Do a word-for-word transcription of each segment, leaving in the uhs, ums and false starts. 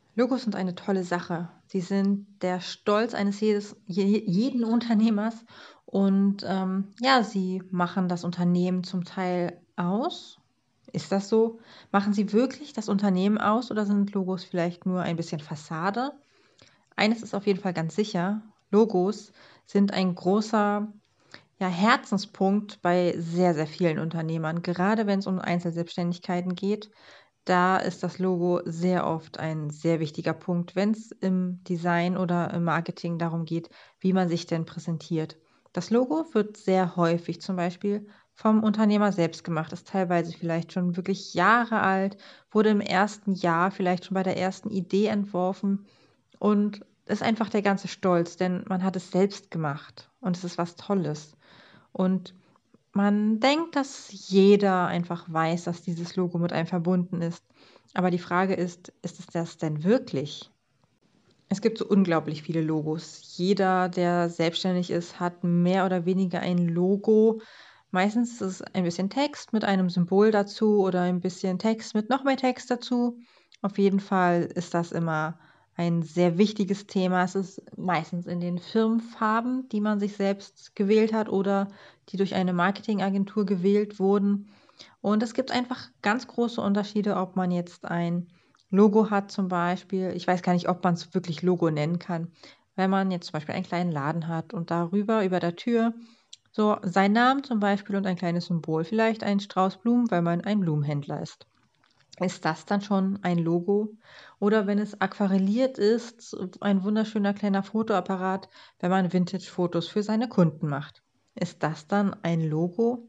Logos sind eine tolle Sache. Sie sind der Stolz eines jedes, je, jeden Unternehmers und ähm, ja, sie machen das Unternehmen zum Teil aus. Ist das so? Machen sie wirklich das Unternehmen aus oder sind Logos vielleicht nur ein bisschen Fassade? Eines ist auf jeden Fall ganz sicher: Logos sind ein großer, ja, Herzenspunkt bei sehr, sehr vielen Unternehmern, gerade wenn es um Einzelselbstständigkeiten geht. Da ist das Logo sehr oft ein sehr wichtiger Punkt, wenn es im Design oder im Marketing darum geht, wie man sich denn präsentiert. Das Logo wird sehr häufig zum Beispiel vom Unternehmer selbst gemacht, ist teilweise vielleicht schon wirklich Jahre alt, wurde im ersten Jahr vielleicht schon bei der ersten Idee entworfen und ist einfach der ganze Stolz, denn man hat es selbst gemacht und es ist was Tolles. Und man denkt, dass jeder einfach weiß, dass dieses Logo mit einem verbunden ist. Aber die Frage ist, ist es das denn wirklich? Es gibt so unglaublich viele Logos. Jeder, der selbstständig ist, hat mehr oder weniger ein Logo. Meistens ist es ein bisschen Text mit einem Symbol dazu oder ein bisschen Text mit noch mehr Text dazu. Auf jeden Fall ist das immer ein sehr wichtiges Thema. Es ist meistens in den Firmenfarben, die man sich selbst gewählt hat oder die durch eine Marketingagentur gewählt wurden. Und es gibt einfach ganz große Unterschiede, ob man jetzt ein Logo hat zum Beispiel. Ich weiß gar nicht, ob man es wirklich Logo nennen kann. Wenn man jetzt zum Beispiel einen kleinen Laden hat und darüber, über der Tür, so seinen Namen zum Beispiel und ein kleines Symbol, vielleicht einen Strauß Blumen, weil man ein Blumenhändler ist. Ist das dann schon ein Logo? Oder wenn es aquarelliert ist, ein wunderschöner kleiner Fotoapparat, wenn man Vintage-Fotos für seine Kunden macht. Ist das dann ein Logo?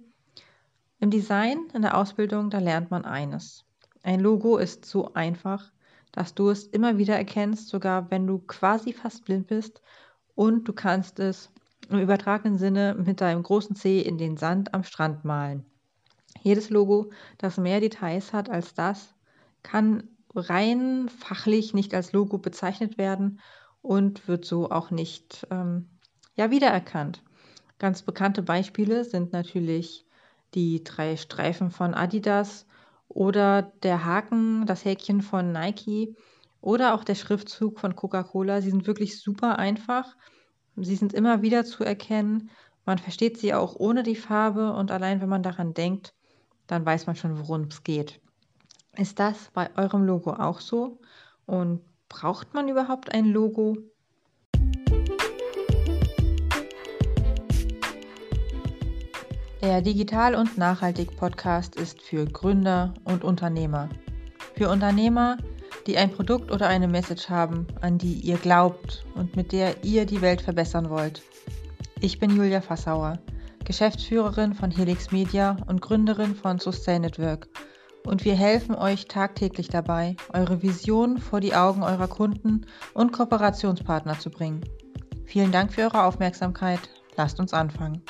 Im Design, in der Ausbildung, da lernt man eines: Ein Logo ist so einfach, dass du es immer wieder erkennst, sogar wenn du quasi fast blind bist, und du kannst es im übertragenen Sinne mit deinem großen Zeh in den Sand am Strand malen. Jedes Logo, das mehr Details hat als das, kann rein fachlich nicht als Logo bezeichnet werden und wird so auch nicht ähm, ja, wiedererkannt. Ganz bekannte Beispiele sind natürlich die drei Streifen von Adidas oder der Haken, das Häkchen von Nike oder auch der Schriftzug von Coca-Cola. Sie sind wirklich super einfach. Sie sind immer wieder zu erkennen. Man versteht sie auch ohne die Farbe und allein wenn man daran denkt, dann weiß man schon, worum es geht. Ist das bei eurem Logo auch so? Und braucht man überhaupt ein Logo? Der Digital und Nachhaltig Podcast ist für Gründer und Unternehmer. Für Unternehmer, die ein Produkt oder eine Message haben, an die ihr glaubt und mit der ihr die Welt verbessern wollt. Ich bin Julia Fassauer, Geschäftsführerin von Helix Media und Gründerin von Sustain Network. Und wir helfen euch tagtäglich dabei, eure Vision vor die Augen eurer Kunden und Kooperationspartner zu bringen. Vielen Dank für eure Aufmerksamkeit. Lasst uns anfangen.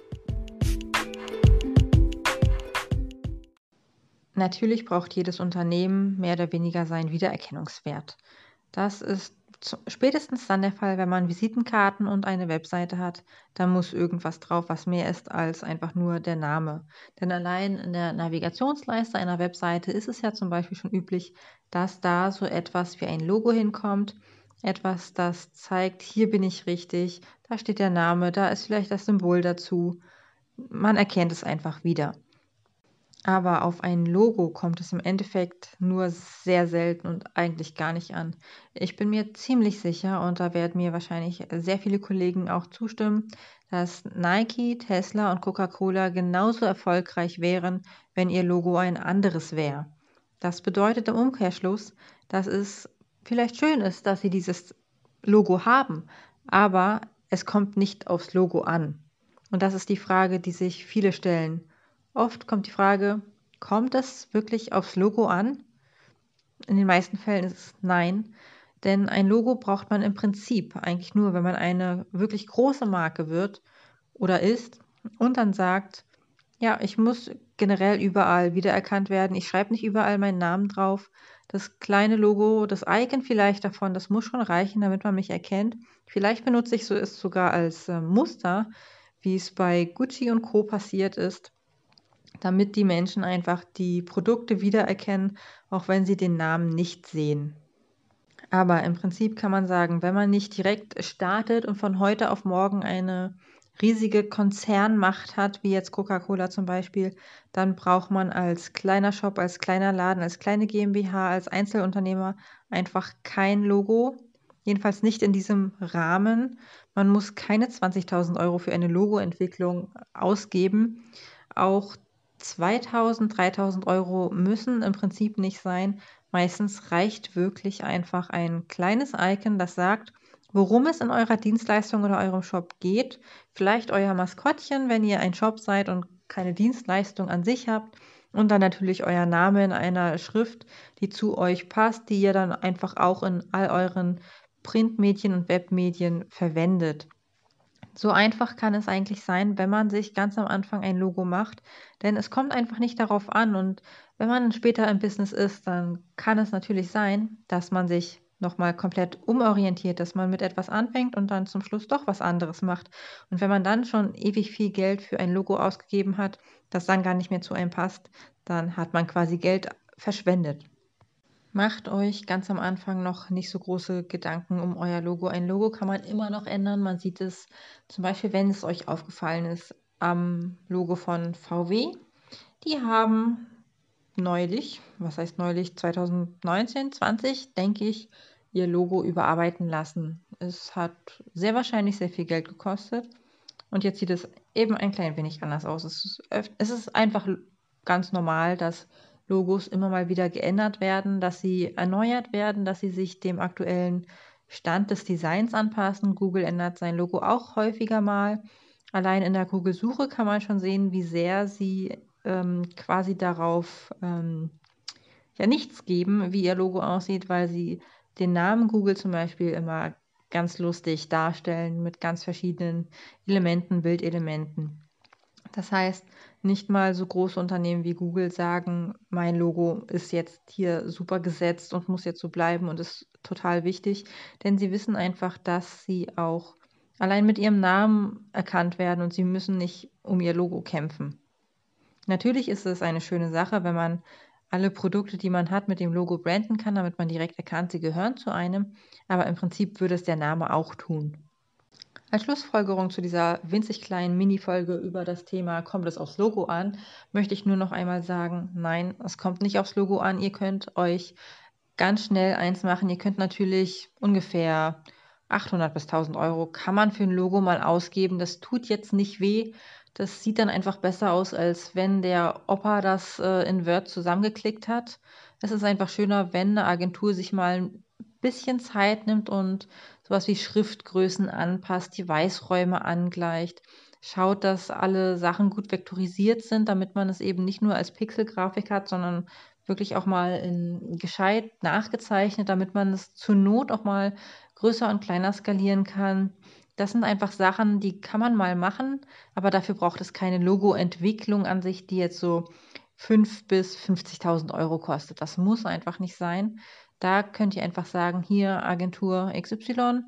Natürlich braucht jedes Unternehmen mehr oder weniger seinen Wiedererkennungswert. Das ist zu- spätestens dann der Fall, wenn man Visitenkarten und eine Webseite hat. Da muss irgendwas drauf, was mehr ist als einfach nur der Name. Denn allein in der Navigationsleiste einer Webseite ist es ja zum Beispiel schon üblich, dass da so etwas wie ein Logo hinkommt. Etwas, das zeigt, hier bin ich richtig, da steht der Name, da ist vielleicht das Symbol dazu. Man erkennt es einfach wieder. Aber auf ein Logo kommt es im Endeffekt nur sehr selten und eigentlich gar nicht an. Ich bin mir ziemlich sicher, und da werden mir wahrscheinlich sehr viele Kollegen auch zustimmen, dass Nike, Tesla und Coca-Cola genauso erfolgreich wären, wenn ihr Logo ein anderes wäre. Das bedeutet im Umkehrschluss, dass es vielleicht schön ist, dass sie dieses Logo haben, aber es kommt nicht aufs Logo an. Und das ist die Frage, die sich viele stellen. Oft kommt die Frage: Kommt es wirklich aufs Logo an? In den meisten Fällen ist es nein, denn ein Logo braucht man im Prinzip eigentlich nur, wenn man eine wirklich große Marke wird oder ist und dann sagt, ja, ich muss generell überall wiedererkannt werden. Ich schreibe nicht überall meinen Namen drauf. Das kleine Logo, das Icon vielleicht davon, das muss schon reichen, damit man mich erkennt. Vielleicht benutze ich so es sogar als äh, Muster, wie es bei Gucci und Co. passiert ist, damit die Menschen einfach die Produkte wiedererkennen, auch wenn sie den Namen nicht sehen. Aber im Prinzip kann man sagen, wenn man nicht direkt startet und von heute auf morgen eine riesige Konzernmacht hat, wie jetzt Coca-Cola zum Beispiel, dann braucht man als kleiner Shop, als kleiner Laden, als kleine GmbH, als Einzelunternehmer einfach kein Logo. Jedenfalls nicht in diesem Rahmen. Man muss keine zwanzigtausend Euro für eine Logoentwicklung ausgeben. Auch zweitausend, dreitausend Euro müssen im Prinzip nicht sein. Meistens reicht wirklich einfach ein kleines Icon, das sagt, worum es in eurer Dienstleistung oder eurem Shop geht. Vielleicht euer Maskottchen, wenn ihr ein Shop seid und keine Dienstleistung an sich habt. Und dann natürlich euer Name in einer Schrift, die zu euch passt, die ihr dann einfach auch in all euren Printmedien und Webmedien verwendet. So einfach kann es eigentlich sein, wenn man sich ganz am Anfang ein Logo macht, denn es kommt einfach nicht darauf an. Und wenn man später im Business ist, dann kann es natürlich sein, dass man sich nochmal komplett umorientiert, dass man mit etwas anfängt und dann zum Schluss doch was anderes macht. Und wenn man dann schon ewig viel Geld für ein Logo ausgegeben hat, das dann gar nicht mehr zu einem passt, dann hat man quasi Geld verschwendet. Macht euch ganz am Anfang noch nicht so große Gedanken um euer Logo. Ein Logo kann man immer noch ändern. Man sieht es zum Beispiel, wenn es euch aufgefallen ist, am Logo von V W. Die haben neulich, was heißt neulich, zwanzig neunzehn, zwanzig, denke ich, ihr Logo überarbeiten lassen. Es hat sehr wahrscheinlich sehr viel Geld gekostet und jetzt sieht es eben ein klein wenig anders aus. Es ist, öf- es ist einfach ganz normal, dass Logos immer mal wieder geändert werden, dass sie erneuert werden, dass sie sich dem aktuellen Stand des Designs anpassen. Google ändert sein Logo auch häufiger mal. Allein in der Google-Suche kann man schon sehen, wie sehr sie ähm, quasi darauf ähm, ja nichts geben, wie ihr Logo aussieht, weil sie den Namen Google zum Beispiel immer ganz lustig darstellen mit ganz verschiedenen Elementen, Bildelementen. Das heißt, nicht mal so große Unternehmen wie Google sagen, mein Logo ist jetzt hier super gesetzt und muss jetzt so bleiben und ist total wichtig, denn sie wissen einfach, dass sie auch allein mit ihrem Namen erkannt werden und sie müssen nicht um ihr Logo kämpfen. Natürlich ist es eine schöne Sache, wenn man alle Produkte, die man hat, mit dem Logo branden kann, damit man direkt erkannt, sie gehören zu einem, aber im Prinzip würde es der Name auch tun. Als Schlussfolgerung zu dieser winzig kleinen Mini-Folge über das Thema „Kommt es aufs Logo an?", möchte ich nur noch einmal sagen: Nein, es kommt nicht aufs Logo an. Ihr könnt euch ganz schnell eins machen. Ihr könnt natürlich ungefähr achthundert bis tausend Euro kann man für ein Logo mal ausgeben. Das tut jetzt nicht weh. Das sieht dann einfach besser aus, als wenn der Opa das äh, in Word zusammengeklickt hat. Es ist einfach schöner, wenn eine Agentur sich mal ein bisschen Zeit nimmt und sowas wie Schriftgrößen anpasst, die Weißräume angleicht, schaut, dass alle Sachen gut vektorisiert sind, damit man es eben nicht nur als Pixelgrafik hat, sondern wirklich auch mal in gescheit nachgezeichnet, damit man es zur Not auch mal größer und kleiner skalieren kann. Das sind einfach Sachen, die kann man mal machen, aber dafür braucht es keine Logo-Entwicklung an sich, die jetzt so fünf bis fünfzigtausend Euro kostet. Das muss einfach nicht sein. Da könnt ihr einfach sagen, hier Agentur X Y,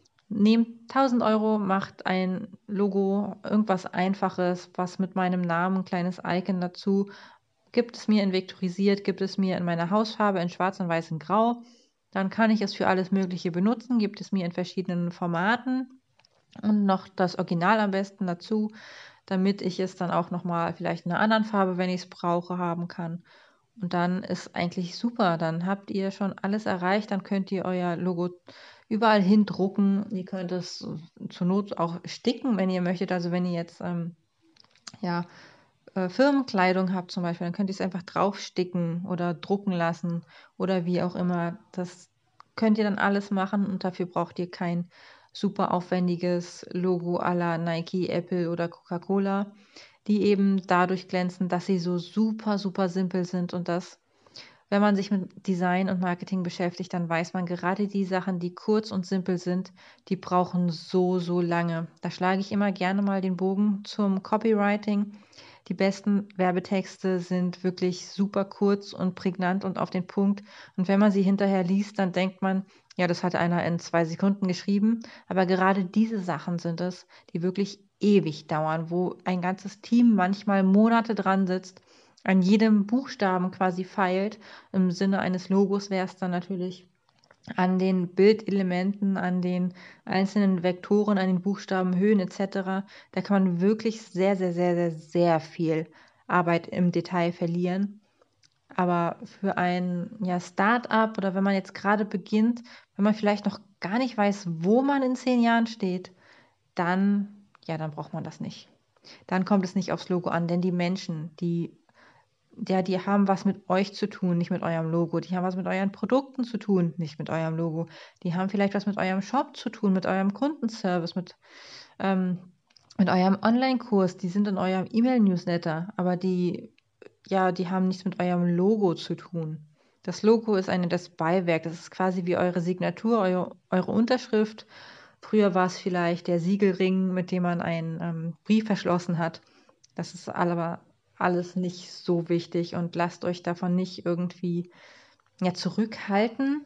nehmt tausend Euro, macht ein Logo, irgendwas Einfaches, was mit meinem Namen, ein kleines Icon dazu, gibt es mir in vektorisiert, gibt es mir in meiner Hausfarbe in schwarz und weiß und grau, dann kann ich es für alles Mögliche benutzen, gibt es mir in verschiedenen Formaten und noch das Original am besten dazu, damit ich es dann auch nochmal vielleicht in einer anderen Farbe, wenn ich es brauche, haben kann. Und dann ist eigentlich super. Dann habt ihr schon alles erreicht. Dann könnt ihr euer Logo überall hin drucken. Ihr könnt es zur Not auch sticken, wenn ihr möchtet. Also wenn ihr jetzt ähm, ja, äh, Firmenkleidung habt zum Beispiel, dann könnt ihr es einfach draufsticken oder drucken lassen oder wie auch immer. Das könnt ihr dann alles machen und dafür braucht ihr kein super aufwendiges Logo à la Nike, Apple oder Coca-Cola, die eben dadurch glänzen, dass sie so super, super simpel sind und dass, wenn man sich mit Design und Marketing beschäftigt, dann weiß man, gerade die Sachen, die kurz und simpel sind, die brauchen so, so lange. Da schlage ich immer gerne mal den Bogen zum Copywriting. Die besten Werbetexte sind wirklich super kurz und prägnant und auf den Punkt. Und wenn man sie hinterher liest, dann denkt man, ja, das hat einer in zwei Sekunden geschrieben. Aber gerade diese Sachen sind es, die wirklich ewig dauern, wo ein ganzes Team manchmal Monate dran sitzt, an jedem Buchstaben quasi feilt. Im Sinne eines Logos wäre es dann natürlich an den Bildelementen, an den einzelnen Vektoren, an den Buchstaben, Höhen et cetera. Da kann man wirklich sehr, sehr, sehr, sehr, sehr viel Arbeit im Detail verlieren. Aber für ein ja, Start-up oder wenn man jetzt gerade beginnt, wenn man vielleicht noch gar nicht weiß, wo man in zehn Jahren steht, dann, ja, dann braucht man das nicht. Dann kommt es nicht aufs Logo an, denn die Menschen, die ja, die haben was mit euch zu tun, nicht mit eurem Logo. Die haben was mit euren Produkten zu tun, nicht mit eurem Logo. Die haben vielleicht was mit eurem Shop zu tun, mit eurem Kundenservice, mit, ähm, mit eurem Online-Kurs. Die sind in eurem E-Mail-Newsletter, aber die, ja, die haben nichts mit eurem Logo zu tun. Das Logo ist eine, das Beiwerk. Das ist quasi wie eure Signatur, eure, eure Unterschrift. Früher war es vielleicht der Siegelring, mit dem man einen ähm, Brief verschlossen hat. Das ist aber alles nicht so wichtig und lasst euch davon nicht irgendwie ja, zurückhalten.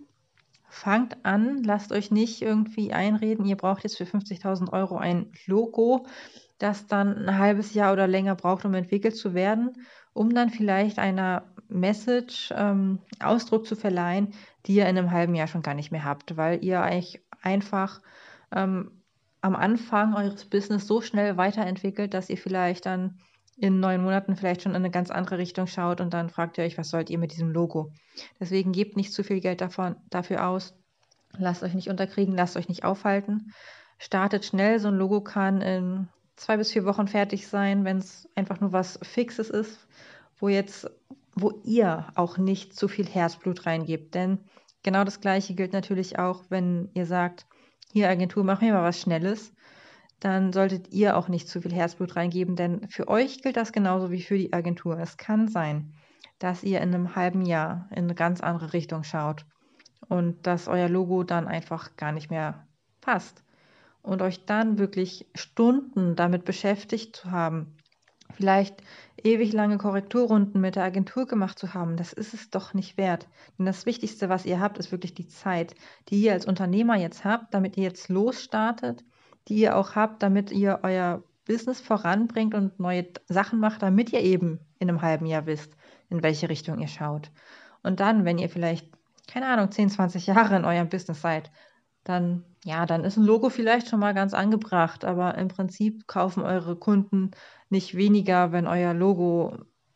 Fangt an, lasst euch nicht irgendwie einreden, ihr braucht jetzt für fünfzigtausend Euro ein Logo, das dann ein halbes Jahr oder länger braucht, um entwickelt zu werden, um dann vielleicht einer Message ähm, Ausdruck zu verleihen, die ihr in einem halben Jahr schon gar nicht mehr habt, weil ihr euch einfach ähm, am Anfang eures Business so schnell weiterentwickelt, dass ihr vielleicht dann in neun Monaten vielleicht schon in eine ganz andere Richtung schaut und dann fragt ihr euch, was sollt ihr mit diesem Logo? Deswegen gebt nicht zu viel Geld davon, dafür aus. Lasst euch nicht unterkriegen, lasst euch nicht aufhalten. Startet schnell, so ein Logo kann in zwei bis vier Wochen fertig sein, wenn es einfach nur was Fixes ist, wo jetzt, wo ihr auch nicht zu viel Herzblut reingebt. Denn genau das Gleiche gilt natürlich auch, wenn ihr sagt, hier Agentur, mach mir mal was Schnelles, dann solltet ihr auch nicht zu viel Herzblut reingeben, denn für euch gilt das genauso wie für die Agentur. Es kann sein, dass ihr in einem halben Jahr in eine ganz andere Richtung schaut und dass euer Logo dann einfach gar nicht mehr passt. Und euch dann wirklich Stunden damit beschäftigt zu haben, vielleicht ewig lange Korrekturrunden mit der Agentur gemacht zu haben, das ist es doch nicht wert. Denn das Wichtigste, was ihr habt, ist wirklich die Zeit, die ihr als Unternehmer jetzt habt, damit ihr jetzt losstartet, die ihr auch habt, damit ihr euer Business voranbringt und neue Sachen macht, damit ihr eben in einem halben Jahr wisst, in welche Richtung ihr schaut. Und dann, wenn ihr vielleicht, keine Ahnung, zehn, zwanzig Jahre in eurem Business seid, dann, ja, dann ist ein Logo vielleicht schon mal ganz angebracht, aber im Prinzip kaufen eure Kunden nicht weniger, wenn euer Logo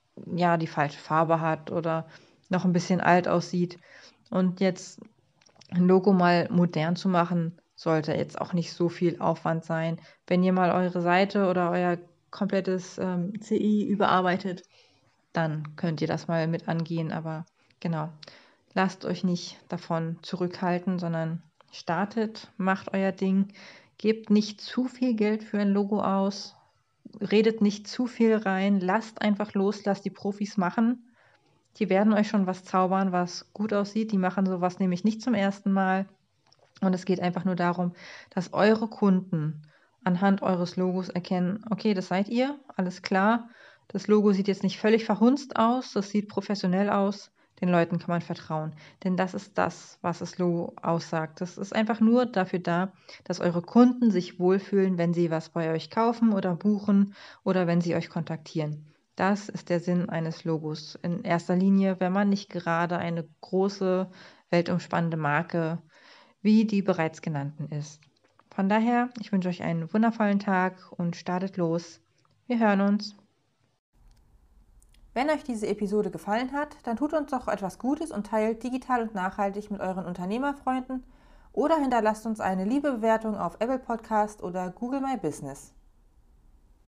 ja die falsche Farbe hat oder noch ein bisschen alt aussieht. Und jetzt ein Logo mal modern zu machen, sollte jetzt auch nicht so viel Aufwand sein. Wenn ihr mal eure Seite oder euer komplettes ähm, C I überarbeitet, dann könnt ihr das mal mit angehen. Aber genau, lasst euch nicht davon zurückhalten, sondern startet, macht euer Ding, gebt nicht zu viel Geld für ein Logo aus, redet nicht zu viel rein, lasst einfach los, lasst die Profis machen. Die werden euch schon was zaubern, was gut aussieht. Die machen sowas nämlich nicht zum ersten Mal. Und es geht einfach nur darum, dass eure Kunden anhand eures Logos erkennen, okay, das seid ihr, alles klar. Das Logo sieht jetzt nicht völlig verhunzt aus, das sieht professionell aus. Den Leuten kann man vertrauen. Denn das ist das, was das Logo aussagt. Das ist einfach nur dafür da, dass eure Kunden sich wohlfühlen, wenn sie was bei euch kaufen oder buchen oder wenn sie euch kontaktieren. Das ist der Sinn eines Logos. In erster Linie, wenn man nicht gerade eine große, weltumspannende Marke wie die bereits genannten ist. Von daher, ich wünsche euch einen wundervollen Tag und startet los. Wir hören uns. Wenn euch diese Episode gefallen hat, dann tut uns doch etwas Gutes und teilt digital und nachhaltig mit euren Unternehmerfreunden oder hinterlasst uns eine liebe Bewertung auf Apple Podcast oder Google My Business.